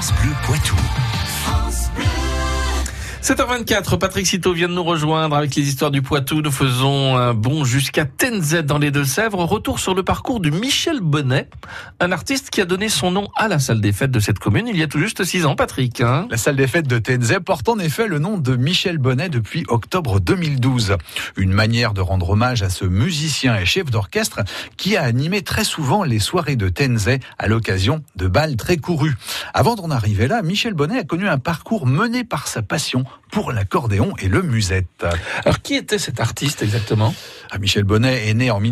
France Bleu Poitou. 7h24, Patrick Citeau vient de nous rejoindre avec les histoires du Poitou. Nous faisons un bond jusqu'à Tenzet dans les Deux-Sèvres. Retour sur le parcours de Michel Bonnet, un artiste qui a donné son nom à la salle des fêtes de cette commune il y a tout juste 6 ans, Patrick. La salle des fêtes de Tenzet porte en effet le nom de Michel Bonnet depuis octobre 2012. Une manière de rendre hommage à ce musicien et chef d'orchestre qui a animé très souvent les soirées de Tenzet à l'occasion de bals très courus. Avant d'en arriver là, Michel Bonnet a connu un parcours mené par sa passion pour l'accordéon et le musette. Alors, qui était cet artiste exactement ? Michel Bonnet est né en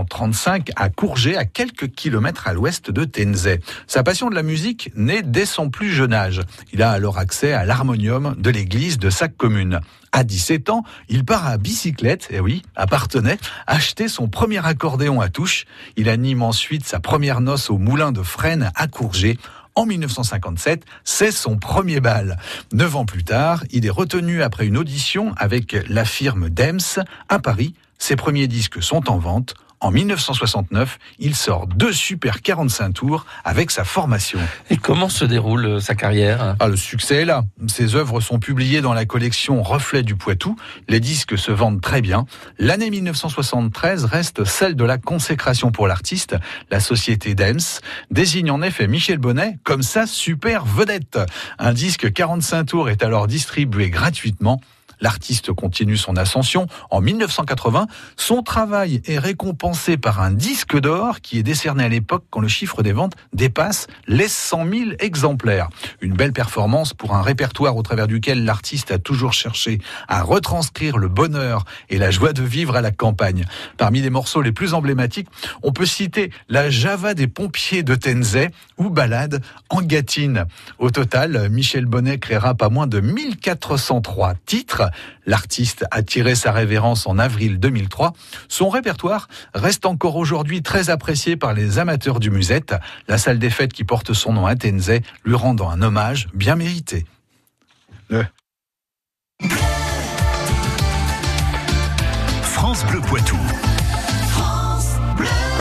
1935 à Courget, à quelques kilomètres à l'ouest de Tenzet. Sa passion de la musique naît dès son plus jeune âge. Il a alors accès à l'harmonium de l'église de sa commune. À 17 ans, il part à bicyclette, à Parthenay, acheter son premier accordéon à touche. Il anime ensuite sa première noce au moulin de Fresnes à Courget. En 1957, c'est son premier bal. 9 ans plus tard, il est retenu après une audition avec la firme Dems à Paris. Ses premiers disques sont en vente. En 1969, il sort 2 super 45 tours avec sa formation. Et comment se déroule sa carrière ? Le succès est là. Ses œuvres sont publiées dans la collection Reflet du Poitou. Les disques se vendent très bien. L'année 1973 reste celle de la consécration pour l'artiste. La société Dems désigne en effet Michel Bonnet comme sa super vedette. Un disque 45 tours est alors distribué gratuitement. L'artiste continue son ascension. En 1980, son travail est récompensé par un disque d'or qui est décerné à l'époque quand le chiffre des ventes dépasse les 100 000 exemplaires. Une belle performance pour un répertoire au travers duquel l'artiste a toujours cherché à retranscrire le bonheur et la joie de vivre à la campagne. Parmi les morceaux les plus emblématiques, on peut citer la Java des pompiers de Tenzet ou Balade en Gâtine. Au total, Michel Bonnet créera pas moins de 1403 titres. L'artiste a tiré sa révérence en avril 2003. Son répertoire reste encore aujourd'hui très apprécié par les amateurs du musette. La salle des fêtes qui porte son nom à Tenzet lui rendant un hommage bien mérité. France Bleu Poitou.